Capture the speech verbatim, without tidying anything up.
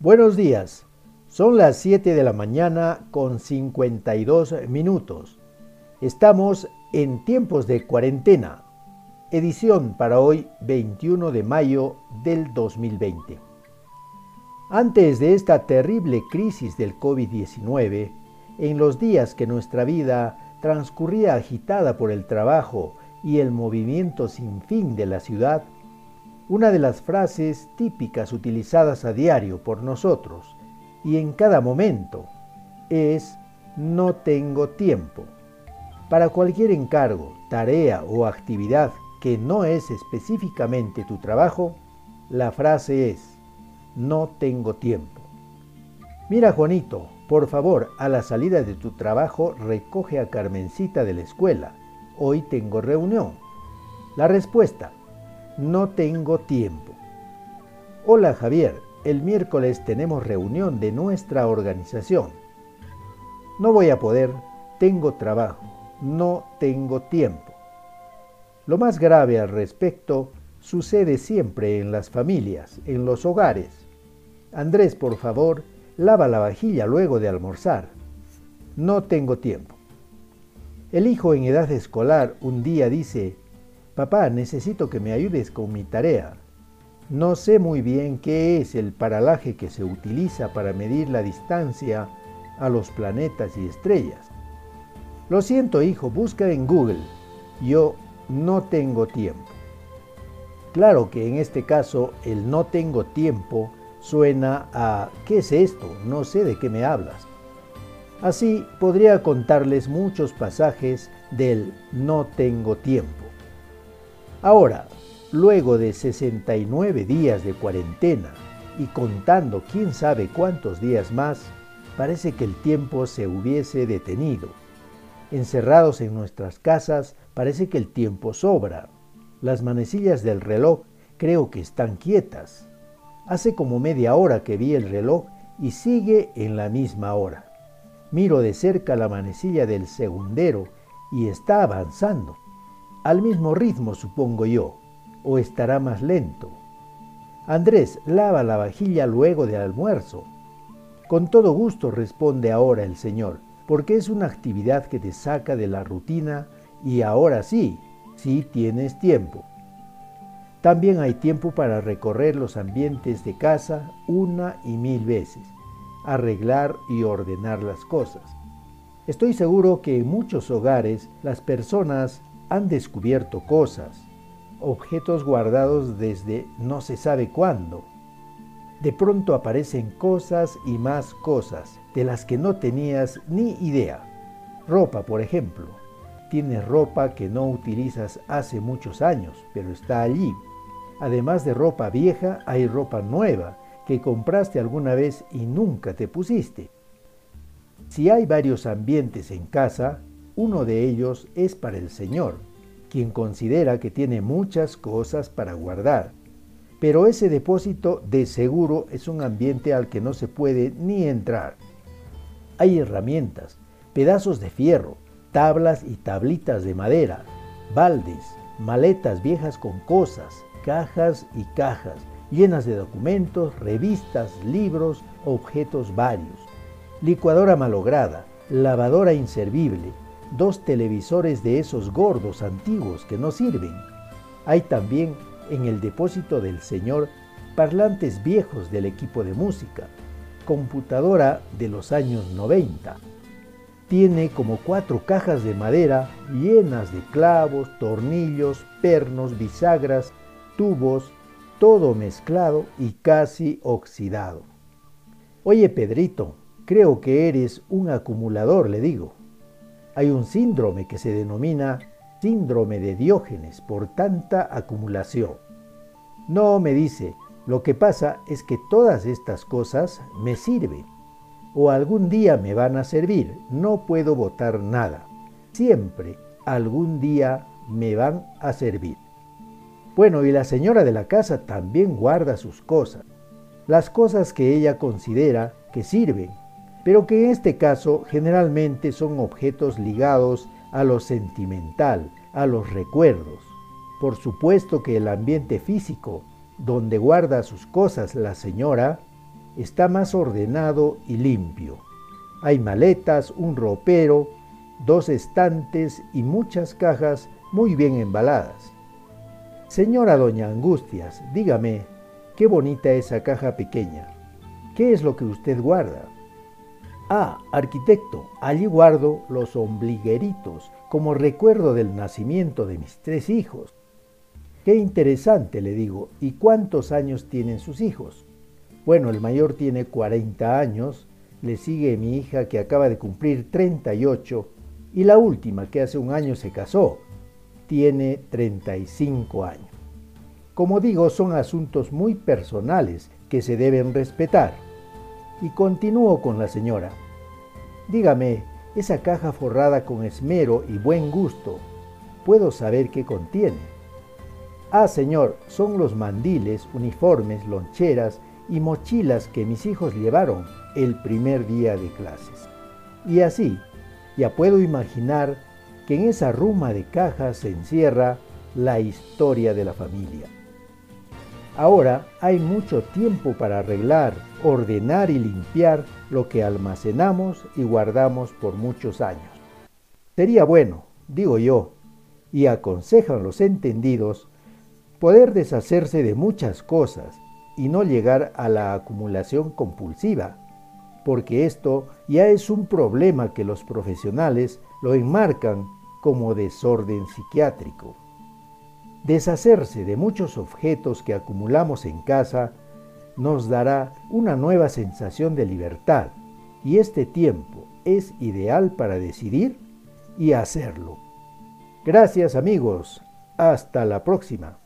Buenos días, son las siete de la mañana con cincuenta y dos minutos. Estamos en tiempos de cuarentena, edición para hoy veintiuno de mayo del dos mil veinte. Antes de esta terrible crisis del COVID diecinueve, en los días que nuestra vida transcurría agitada por el trabajo y el movimiento sin fin de la ciudad, una de las frases típicas utilizadas a diario por nosotros y en cada momento es "no tengo tiempo". Para cualquier encargo, tarea o actividad que no es específicamente tu trabajo, la frase es "no tengo tiempo". Mira, Juanito, por favor, a la salida de tu trabajo recoge a Carmencita de la escuela. Hoy tengo reunión. La respuesta: no tengo tiempo. Hola, Javier, el miércoles tenemos reunión de nuestra organización. No voy a poder, tengo trabajo, no tengo tiempo. Lo más grave al respecto sucede siempre en las familias, en los hogares. Andrés, por favor, lava la vajilla luego de almorzar. No tengo tiempo. El hijo en edad escolar un día dice: papá, necesito que me ayudes con mi tarea. No sé muy bien qué es el paralaje que se utiliza para medir la distancia a los planetas y estrellas. Lo siento, hijo, busca en Google. Yo no tengo tiempo. Claro que en este caso el no tengo tiempo suena a ¿qué es esto? No sé de qué me hablas. Así podría contarles muchos pasajes del no tengo tiempo. Ahora, luego de sesenta y nueve días de cuarentena y contando quién sabe cuántos días más, parece que el tiempo se hubiese detenido. Encerrados en nuestras casas, parece que el tiempo sobra. Las manecillas del reloj creo que están quietas. Hace como media hora que vi el reloj y sigue en la misma hora. Miro de cerca la manecilla del segundero y está avanzando. Al mismo ritmo, supongo yo, o estará más lento. Andrés, lava la vajilla luego del almuerzo. Con todo gusto, responde ahora el señor, porque es una actividad que te saca de la rutina y ahora sí, sí tienes tiempo. También hay tiempo para recorrer los ambientes de casa una y mil veces, arreglar y ordenar las cosas. Estoy seguro que en muchos hogares las personas han descubierto cosas, objetos guardados desde no se sabe cuándo. De pronto aparecen cosas y más cosas de las que no tenías ni idea. Ropa, por ejemplo. Tienes ropa que no utilizas hace muchos años, pero está allí. Además de ropa vieja, hay ropa nueva que compraste alguna vez y nunca te pusiste. Si hay varios ambientes en casa, uno de ellos es para el Señor, quien considera que tiene muchas cosas para guardar. Pero ese depósito de seguro es un ambiente al que no se puede ni entrar. Hay herramientas, pedazos de fierro, tablas y tablitas de madera, baldes, maletas viejas con cosas, cajas y cajas, llenas de documentos, revistas, libros, objetos varios. Licuadora malograda, lavadora inservible, dos televisores de esos gordos antiguos que no sirven. Hay también en el depósito del señor parlantes viejos del equipo de música, computadora de los años noventa. Tiene como cuatro cajas de madera llenas de clavos, tornillos, pernos, bisagras, tubos, todo mezclado y casi oxidado. Oye, Pedrito, creo que eres un acumulador, le digo. Hay un síndrome que se denomina síndrome de Diógenes por tanta acumulación. No, me dice, lo que pasa es que todas estas cosas me sirven, o algún día me van a servir, no puedo botar nada. Siempre, algún día me van a servir. Bueno, y la señora de la casa también guarda sus cosas, las cosas que ella considera que sirven, pero que en este caso generalmente son objetos ligados a lo sentimental, a los recuerdos. Por supuesto que el ambiente físico, donde guarda sus cosas la señora, está más ordenado y limpio. Hay maletas, un ropero, dos estantes y muchas cajas muy bien embaladas. Señora doña Angustias, dígame, qué bonita esa caja pequeña. ¿Qué es lo que usted guarda? Ah, arquitecto, allí guardo los ombligueritos como recuerdo del nacimiento de mis tres hijos. Qué interesante, le digo. ¿Y cuántos años tienen sus hijos? Bueno, el mayor tiene cuarenta años, le sigue mi hija que acaba de cumplir treinta y ocho y la última, que hace un año se casó, tiene treinta y cinco años. Como digo, son asuntos muy personales que se deben respetar. Y continúo con la señora. Dígame, esa caja forrada con esmero y buen gusto, ¿puedo saber qué contiene? Ah, señor, son los mandiles, uniformes, loncheras y mochilas que mis hijos llevaron el primer día de clases. Y así, ya puedo imaginar que en esa ruma de cajas se encierra la historia de la familia. Ahora hay mucho tiempo para arreglar, ordenar y limpiar lo que almacenamos y guardamos por muchos años. Sería bueno, digo yo, y aconsejan los entendidos, poder deshacerse de muchas cosas y no llegar a la acumulación compulsiva, porque esto ya es un problema que los profesionales lo enmarcan como desorden psiquiátrico. Deshacerse de muchos objetos que acumulamos en casa nos dará una nueva sensación de libertad y este tiempo es ideal para decidir y hacerlo. Gracias amigos, hasta la próxima.